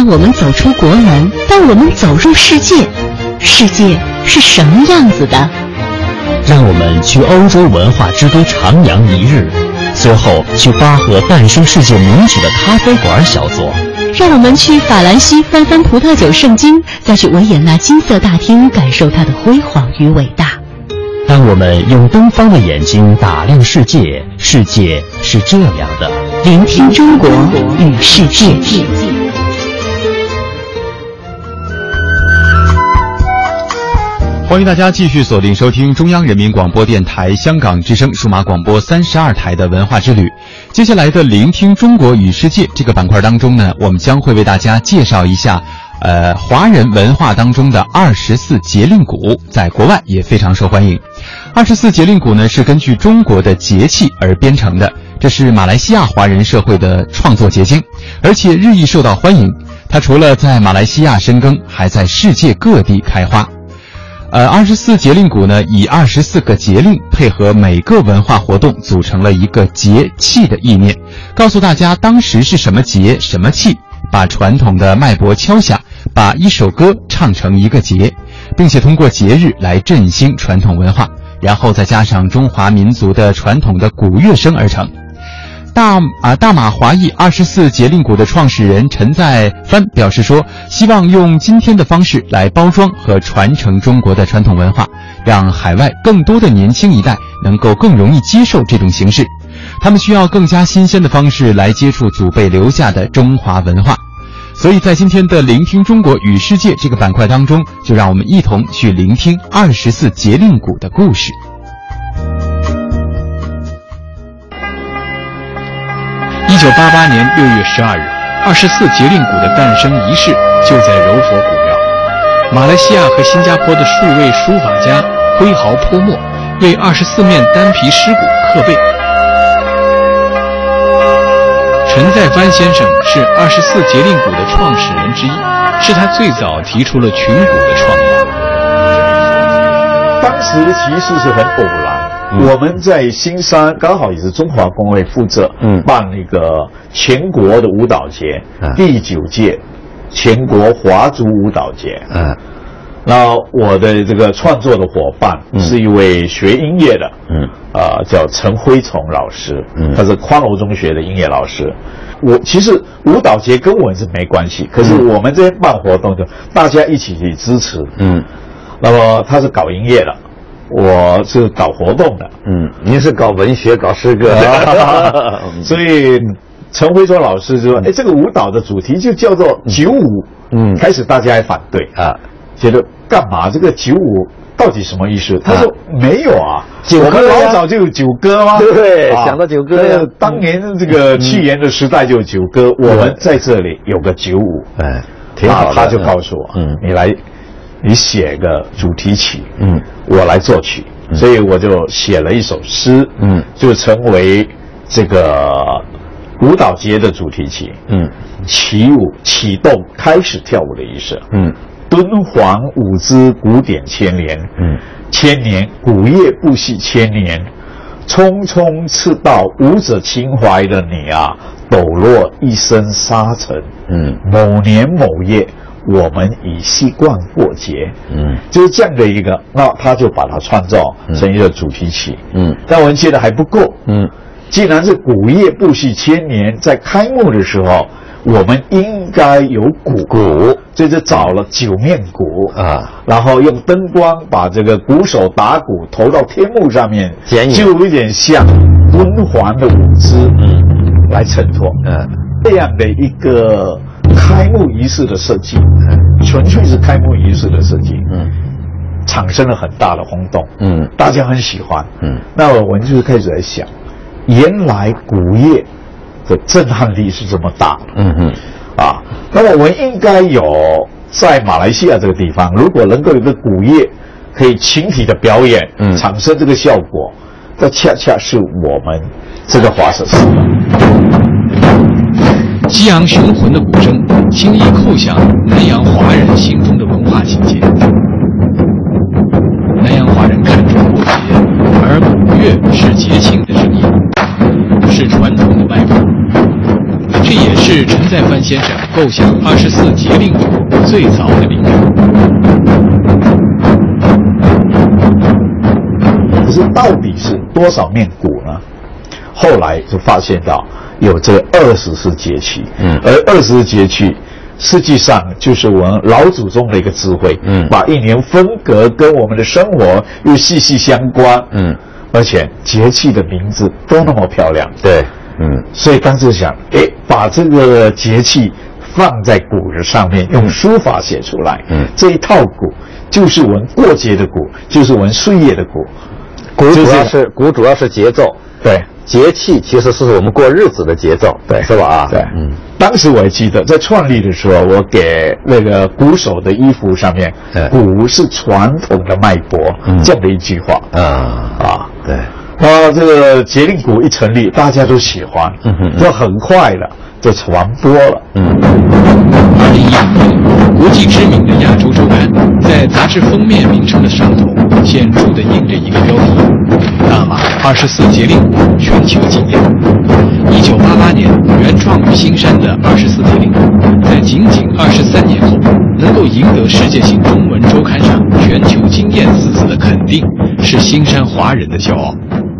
我们走出国门，当我们走入世界，世界是什么样子的？ 让我们去欧洲文化之都徜徉一日，最后去巴赫诞生世界名曲的咖啡馆小坐。 让我们去法兰西翻翻葡萄酒圣经，再去维也纳金色大厅感受它的辉煌与伟大。 当我们用东方的眼睛打量世界，世界是这样的。 聆听中国与世界。 欢迎大家继续锁定收听中央人民广播电台香港之声数码广播32台的文化之旅。接下来的聆听中国与世界这个板块当中呢，我们将会为大家介绍一下华人文化当中的24节令鼓，在国外也非常受欢迎。24节令鼓呢是根据中国的节气而编成的，这是马来西亚华人社会的创作结晶，而且日益受到欢迎。它除了在马来西亚深耕，还在世界各地开花。24节令鼓呢，以24个节令配合每个文化活动，组成了一个节气的意念，告诉大家当时是什么节什么气，把传统的脉搏敲响，把一首歌唱成一个节，并且通过节日来振兴传统文化，然后再加上中华民族的传统的鼓乐声而成。大马华裔24节令鼓的创始人陈在藩表示说，希望用今天的方式来包装和传承中国的传统文化，让海外更多的年轻一代能够更容易接受这种形式。他们需要更加新鲜的方式来接触祖辈留下的中华文化。所以在今天的聆听中国与世界这个板块当中，就让我们一同去聆听24节令鼓的故事。1988年6月12日，24节令鼓的诞生仪式就在柔佛古庙。马来西亚和新加坡的数位书法家挥毫泼墨，为24面单皮狮鼓刻背。陈在藩先生是24节令鼓的创始人之一，是他最早提出了群鼓的创意。 当时的其实是很偶然。我们在新山刚好也是中华工会负责办那个全国的舞蹈节，第9届全国华族舞蹈节。那我的这个创作的伙伴是一位学音乐的，叫陈辉崇老师，他是宽柔中学的音乐老师。其实舞蹈节跟我是没关系，可是我们这边办活动就大家一起去支持。那么他是搞音乐的。我是搞活动的， 您是搞文学、搞诗歌， 所以陈辉忠老师就说：“这个舞蹈的主题就叫做九舞。”开始大家还反对觉得干嘛？这个九舞到底什么意思？他说：“没有啊，我们老早就有九歌吗？ 对，想到九歌呀。 当年这个屈原的时代就有九歌，我们在这里有个九舞。” 挺好的。 他就告诉我：“你写个主题曲，我来作曲。”所以我就写了一首诗，就成为这个舞蹈节的主题曲。起舞启动开始跳舞的仪式。敦煌舞姿古典千年，千年鼓乐不息千年，匆匆刺到舞者情怀的你啊，抖落一身沙尘。某年某月。我们已习惯过节，就是这样的一个，那他就把它创造成一个主题曲，但我们觉得还不够，既然是鼓乐不息千年，在开幕的时候，我们应该有鼓，所以就找了9面鼓然后用灯光把这个鼓手打鼓投到天幕上面，就有一点像敦煌的舞姿，来衬托，这样的一个。开幕仪式的设计，纯粹是开幕仪式的设计，产生了很大的轰动，大家很喜欢，那我们就开始在想，原来鼓乐的震撼力是这么大的，那么我们应该有在马来西亚这个地方，如果能够有个鼓乐可以群体的表演，产生这个效果，这恰恰是我们这个华社市的。 激昂雄浑的鼓声轻易扣响南洋华人心中的文化情节。南洋华人看重过节，而鼓乐是节庆的声音，是传统的脉搏，这也是是陈在藩先生构想24节令鼓最早的灵感。 可是到底是多少面鼓呢？后来就发现到有这个24节气，而24节气实际上就是我们老祖宗的一个智慧，把一年分隔跟我们的生活又息息相关，而且节气的名字都那么漂亮， 对， 所以当时想，把这个节气放在鼓的上面，用书法写出来，这一套鼓就是我们过节的鼓，就是我们岁月的鼓， 鼓主要是节奏， 对。 节气其实是我们过日子的节奏， 对， 是吧？ 对，当时我还记得，在创立的时候，我给那个鼓手的衣服上面，鼓是传统的脉搏，这样的一句话， 对。 这个节令鼓一成立，大家都喜欢，就很快了，就传播了。 2015年，国际知名的亚洲周刊在杂志封面名称的上头显著地印着一个标题：大马24节令鼓全球惊艳。1988年原创于新山的24节令鼓，在仅仅23年后，能够赢得世界性中文周刊上全球惊艳4字的肯定，是新山华人的骄傲。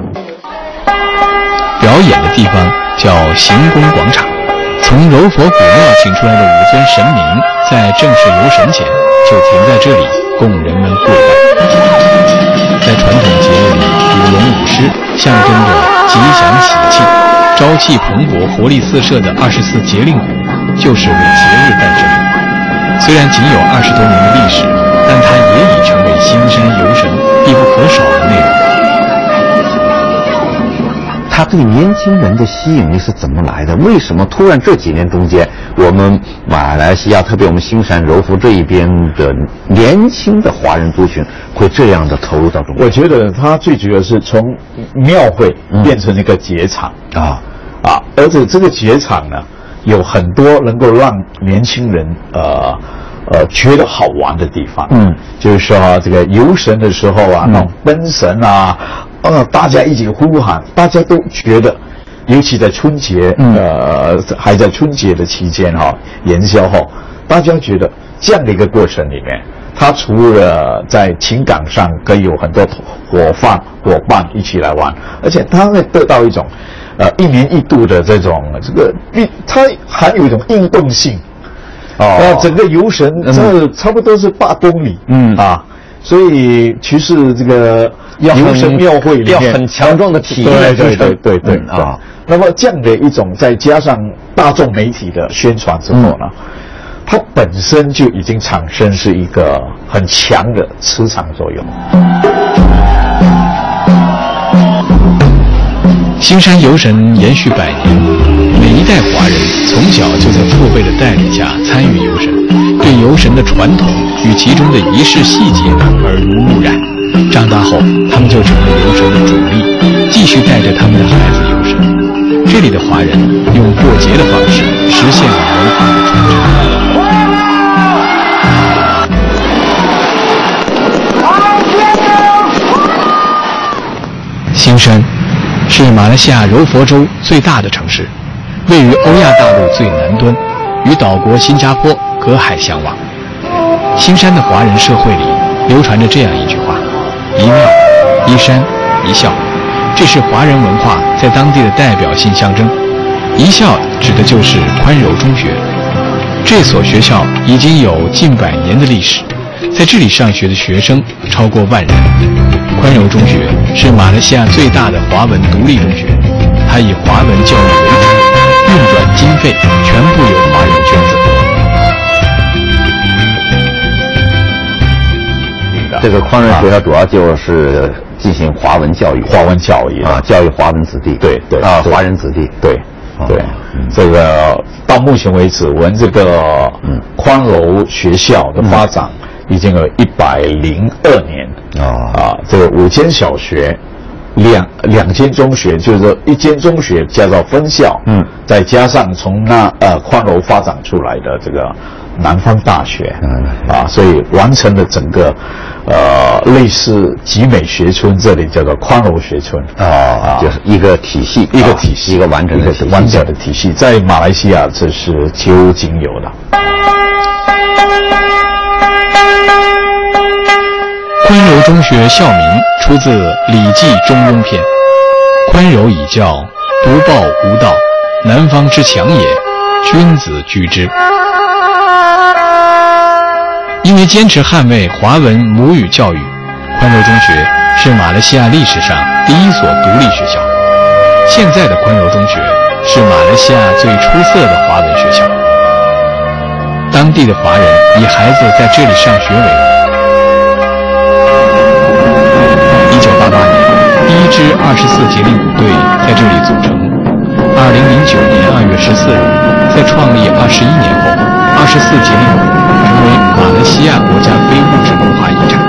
表演的地方叫行宫广场，从柔佛古庙请出来的5尊神明，在正式游神前就停在这里供人们跪拜。在传统节日里，舞龙舞狮象征着吉祥喜气、朝气蓬勃、活力四射的24节令鼓，就是为节日诞生。虽然仅有20多年的历史，但它也已成为新山游神必不可少的内容。 他对年轻人的吸引力是怎么来的？为什么突然这几年中间，我们马来西亚，特别我们新山柔佛这一边的年轻的华人族群会这样的投入到中国？ 我觉得他最主要是从庙会变成一个节场而且这个节场呢，有很多能够让年轻人觉得好玩的地方。就是说这个游神的时候那种奔神大家一起呼喊，大家都觉得，尤其在春节，还在春节的期间元宵后，大家觉得这样的一个过程里面，他除了在情感上可以有很多伙伴一起来玩，而且他会得到一种一年一度的这种它还有一种运动性。整个游神这差不多是8公里，所以其实这个游神庙会里面要很强壮的体力对那么这样的一种再加上大众媒体的宣传之后呢，它本身就已经产生是一个很强的磁场作用。 新山游神延续100年，每一代华人从小就在父辈的带领下参与游神，对游神的传统与其中的仪式细节耳濡目染。长大后，他们就成了游神的主力，继续带着他们的孩子游神。这里的华人用过节的方式实现了文化的传承。新山是马来西亚柔佛州最大的城市，位于欧亚大陆最南端，与岛国新加坡隔海相望。新山的华人社会里流传着这样一句话：一庙、一山、一校，这是华人文化在当地的代表性象征。一校指的就是宽柔中学，这所学校已经有近100年的历史，在这里上学的学生超过1万人。宽柔中学是马来西亚最大的华文独立中学，它以华文教育为主，运转经费全部由华人捐赠。 这个宽仁学校主要就是进行华文教育，教育华文子弟，华人子弟， 对。这个到目前为止，我们这个宽柔学校的发展已经有102年这个5间小学，两间中学，就是说1间中学加到分校，再加上从宽柔发展出来的这个南方大学，所以完成了整个类似集美学村，这里叫做宽柔学村就是一个体系，一个完整的体系，在马来西亚这是绝无仅有的。 宽柔中学校名出自《礼记·中庸篇》，宽柔以教，不暴无道，南方之强也，君子居之。因为坚持捍卫华文母语教育，宽柔中学是马来西亚历史上第一所独立学校。现在的宽柔中学是马来西亚最出色的华文学校。当地的华人以孩子在这里上学为荣。1988年，第一支24节令鼓队在这里组成。2009年2月14日，在创立21年后，24节令鼓成为马来西亚国家非物质文化遗产。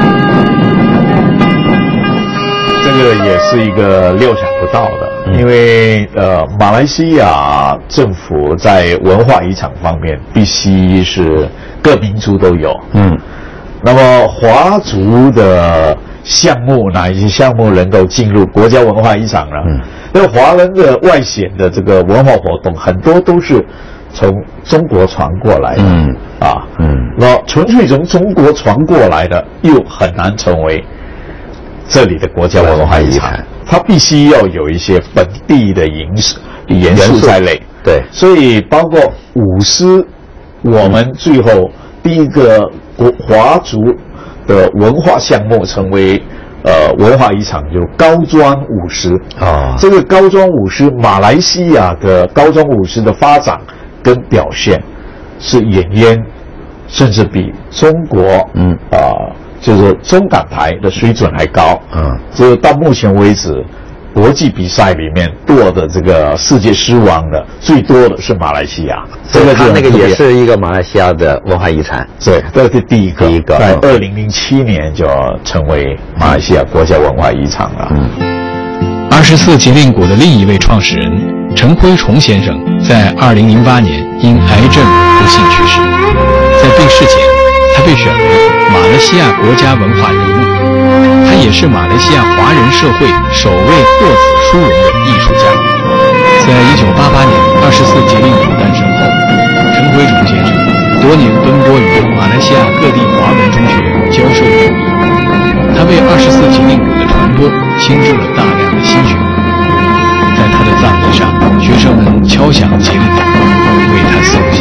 这个也是一个料想不到的，因为马来西亚政府在文化遗产方面必须是各民族都有。那么华族的项目哪一些项目能够进入国家文化遗产呢？那华人的外显的这个文化活动很多都是从中国传过来的。那纯粹从中国传过来的又很难成为这里的国家文化遗产，它必须要有一些本地的元素在内。 对， 所以包括舞狮，我们最后第一个华族的文化项目成为文化遗产，就是高庄舞狮。这个高庄舞狮，马来西亚的高庄舞狮的发展跟表现是远远甚至比中国就是中港台的水准还高。就是到目前为止，国际比赛里面夺的这个世界狮王的最多的是马来西亚。 这个它那个也是一个马来西亚的文化遗产。 对，这是第一个，在2007年就成为马来西亚国家文化遗产了。 24节令鼓的另一位创始人陈辉崇先生在2008年因癌症不幸去世，在病逝前，他被选为马来西亚国家文化人物，他也是马来西亚华人社会首位获此殊荣的艺术家。在1988年24节令鼓诞生后，陈辉崇先生多年奔波于马来西亚各地华文中学教授有益，他为24节令鼓的传播倾注了大量的心血。在他的葬礼上，学生们敲响节令鼓，为他送行。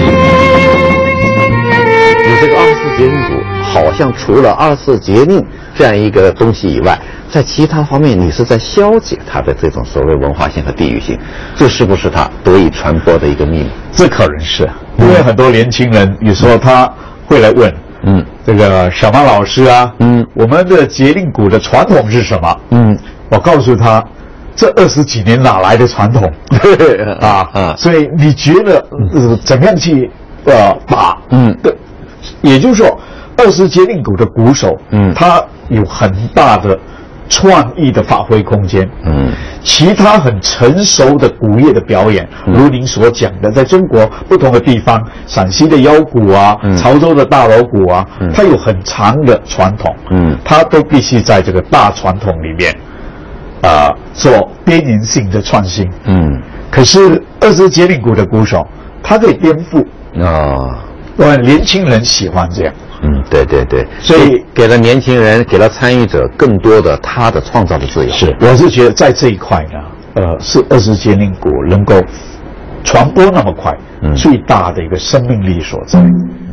你这个24节令鼓好像除了24节令这样一个东西以外，在其他方面你是在消解它的这种所谓文化性和地域性，这是不是它得以传播的一个秘密？ 这可能是，因为很多年轻人有时候他会来问，这个小马老师啊，我们的节令鼓的传统是什么？我告诉他，这20几年哪来的传统？所以你觉得怎么样去把也就是说，20节令鼓的鼓手，他有很大的创意的发挥空间。其他很成熟的鼓乐的表演，如您所讲的，在中国不同的地方，陕西的腰鼓啊，潮州的大锣鼓啊，它有很长的传统。它都必须在这个大传统里面，做边缘性的创新。可是20节令鼓的鼓手，他可以颠覆。年轻人喜欢这样。 对对对， 所以给了年轻人，给了参与者更多的他的创造的自由。 是，我是觉得在这一块呢，是20节令鼓能够传播那么快，最大的一个生命力所在。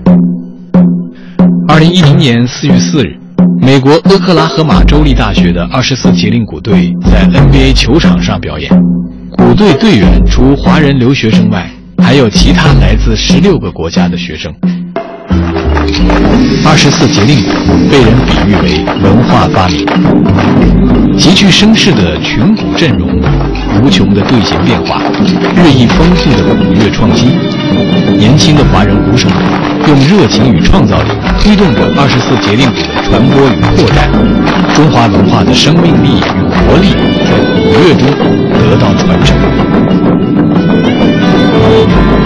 2010年4月4日，美国俄克拉荷马州立大学的24节令鼓队在 NBA 球场上表演，鼓队队员除华人留学生外，还有其他来自16个国家的学生。24节令鼓被人比喻为文化发明，极具声势的群鼓阵容，无穷的队形变化，日益丰富的鼓乐创新，年轻的华人鼓手用热情与创造力推动着24节令鼓的传播与扩展，中华文化的生命力与活力在鼓乐中得到传承。